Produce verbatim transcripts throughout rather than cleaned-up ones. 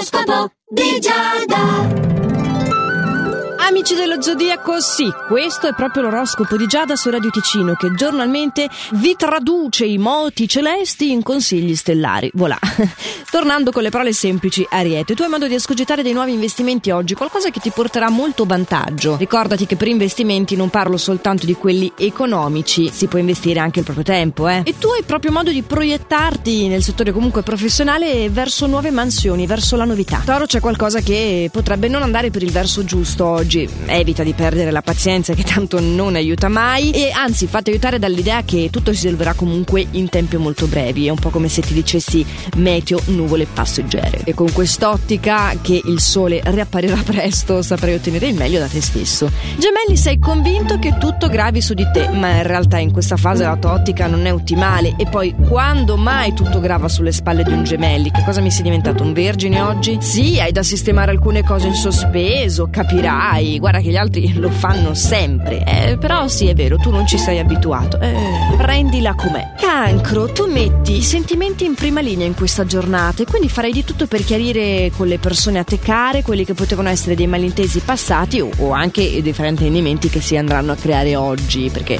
L'oroscopo di Giada. Amici dello Zodiaco, sì, questo è proprio l'oroscopo di Giada su Radio Ticino, che giornalmente vi traduce i moti celesti in consigli stellari. Voilà. Tornando con le parole semplici, Ariete, tu hai modo di escogitare dei nuovi investimenti oggi, qualcosa che ti porterà molto vantaggio. Ricordati che per investimenti non parlo soltanto di quelli economici, si può investire anche il proprio tempo, eh. E tu hai proprio modo di proiettarti nel settore comunque professionale verso nuove mansioni, verso la novità. Toro, c'è qualcosa che potrebbe non andare per il verso giusto oggi. Evita di perdere la pazienza, che tanto non aiuta mai, e anzi fatti aiutare dall'idea che tutto si risolverà comunque in tempi molto brevi. È un po' come se ti dicessi meteo, nuvole passeggere. E con quest'ottica che il sole riapparirà presto saprai ottenere il meglio da te stesso. Gemelli, sei convinto che tutto gravi su di te, ma in realtà in questa fase la tua ottica non è ottimale. E poi, quando mai tutto grava sulle spalle di un Gemelli? Che cosa mi sei diventato, un vergine oggi? Sì, hai da sistemare alcune cose in sospeso, capirai. Guarda che gli altri lo fanno sempre, eh, però sì, è vero, tu non ci sei abituato, eh, prendila com'è. Cancro, tu metti i sentimenti in prima linea in questa giornata e quindi farai di tutto per chiarire con le persone a te care quelli che potevano essere dei malintesi passati o, o anche dei fraintendimenti che si andranno a creare oggi, perché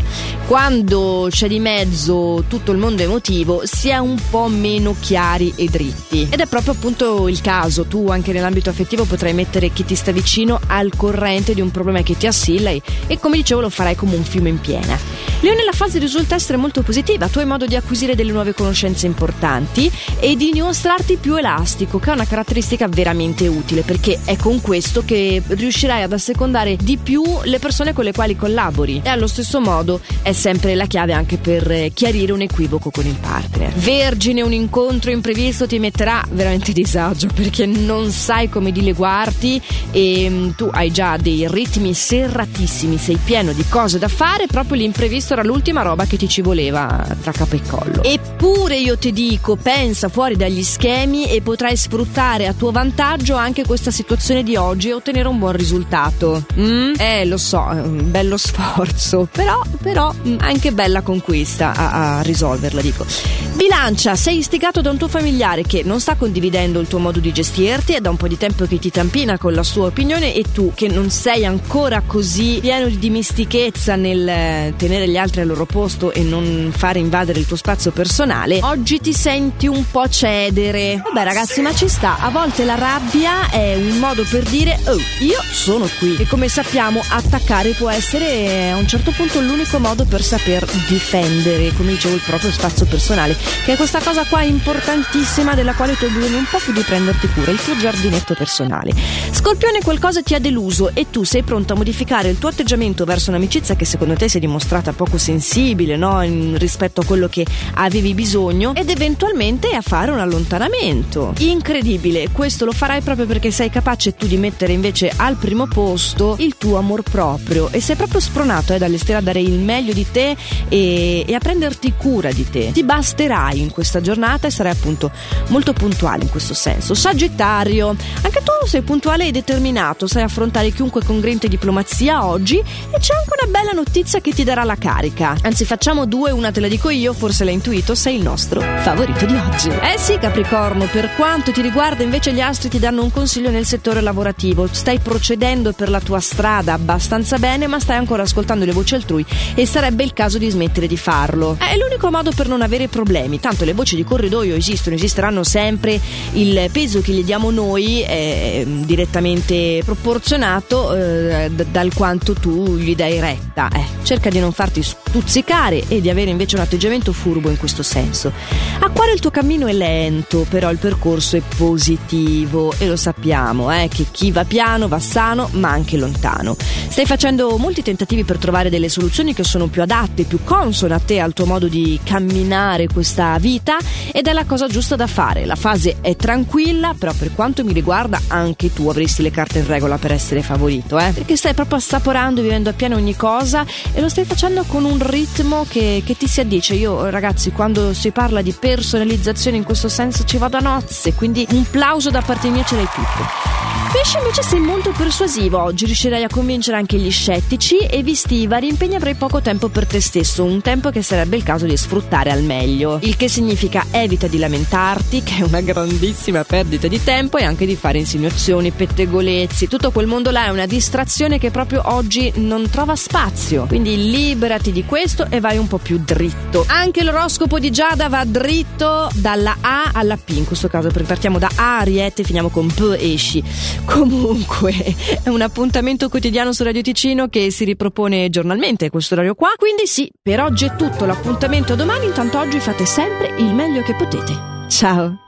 quando c'è di mezzo tutto il mondo emotivo si è un po' meno chiari e dritti, ed è proprio appunto il caso. Tu anche nell'ambito affettivo potrai mettere chi ti sta vicino al corrente di un problema che ti assilla e, e come dicevo lo farai come un fiume in piena. Leone, la fase risulta essere molto positiva, tu hai modo di acquisire delle nuove conoscenze importanti e di dimostrarti più elastico, che è una caratteristica veramente utile, perché è con questo che riuscirai ad assecondare di più le persone con le quali collabori, e allo stesso modo è sempre la chiave anche per chiarire un equivoco con il partner. Vergine, un incontro imprevisto ti metterà veramente a disagio perché non sai come dileguarti e tu hai già dei ritmi serratissimi, sei pieno di cose da fare, proprio l'imprevisto era l'ultima roba che ti ci voleva tra capo e collo. Eppure io ti dico, pensa fuori dagli schemi e potrai sfruttare a tuo vantaggio anche questa situazione di oggi e ottenere un buon risultato. Mm? Eh, lo so, è un bello sforzo, però, però anche bella conquista a, a risolverla, dico. Bilancia, sei istigato da un tuo familiare che non sta condividendo il tuo modo di gestirti, è da un po' di tempo che ti tampina con la sua opinione, e tu che non sei ancora così pieno di dimestichezza nel tenere gli altri al loro posto e non fare invadere il tuo spazio personale, oggi ti senti un po' cedere. Vabbè ragazzi, ma ci sta, a volte la rabbia è un modo per dire oh, io sono qui, e come sappiamo attaccare può essere a un certo punto l'unico modo per saper difendere, come dicevo, il proprio spazio personale, che è questa cosa qua importantissima della quale tu hai bisogno un po' più di prenderti cura, il tuo giardinetto personale. Scorpione, qualcosa ti ha deluso e tu sei pronto a modificare il tuo atteggiamento verso un'amicizia che secondo te si è dimostrata poco sensibile, no? In, rispetto a quello che avevi bisogno, ed eventualmente a fare un allontanamento. Incredibile, questo lo farai proprio perché sei capace tu di mettere invece al primo posto il tuo amor proprio e sei proprio spronato eh, dall'esterno a dare il meglio di te e, e a prenderti cura di te. Ti basterai in questa giornata e sarai appunto molto puntuale in questo senso. Sagittario, anche tu sei puntuale e determinato, sai affrontare chiunque con grinta e diplomazia oggi, e c'è anche una bella notizia che ti darà la carica. Anzi, facciamo due, una te la dico io, forse l'hai intuito, sei il nostro favorito di oggi. Eh sì, Capricorno, per quanto ti riguarda invece gli astri ti danno un consiglio nel settore lavorativo. Stai procedendo per la tua strada abbastanza bene, ma stai ancora ascoltando le voci altrui e sarebbe il caso di smettere di farlo. È l'unico modo per non avere problemi, tanto le voci di corridoio esistono, esisteranno sempre, il peso che gli diamo noi è direttamente proporzionato eh, d- dal quanto tu gli dai retta. Eh, cerca di non farti stuzzicare e di avere invece un atteggiamento furbo in questo senso. Acquario, il tuo cammino è lento, però il percorso è positivo e lo sappiamo, eh, che chi va piano va sano ma anche lontano. Stai facendo molti tentativi per trovare delle soluzioni che sono più adatte, più consone a te, al tuo modo di camminare questa vita, ed è la cosa giusta da fare. La fase è tranquilla, però per quanto mi riguarda anche tu avresti le carte in regola per essere favorito, eh? Perché stai proprio assaporando e vivendo appieno ogni cosa e lo stai facendo con un ritmo che, che ti si addice. Io ragazzi, quando si parla di personalizzazione in questo senso ci vado a nozze, quindi un plauso da parte mia ce l'hai tutto. Pesce invece sei molto persuasivo oggi, riuscirai a convincere anche gli scettici e visti i vari impegni avrai poco tempo per te stesso, un tempo che sarebbe il caso di sfruttare al meglio, il che significa evita di lamentarti, che è una grandissima perdita di tempo, e anche di fare insinuazioni, pettegolezzi, tutto quel mondo là è una distrazione che proprio oggi non trova spazio, quindi liberati di questo e vai un po' più dritto. Anche l'oroscopo di Giada va dritto dalla A alla P, in questo caso perché partiamo da A, Ariete, e finiamo con P, esci. Comunque è un appuntamento quotidiano su Radio Ticino che si ripropone giornalmente a questo orario qua, quindi sì, per oggi è tutto, l'appuntamento domani, intanto oggi fate sempre il meglio che potete. Ciao!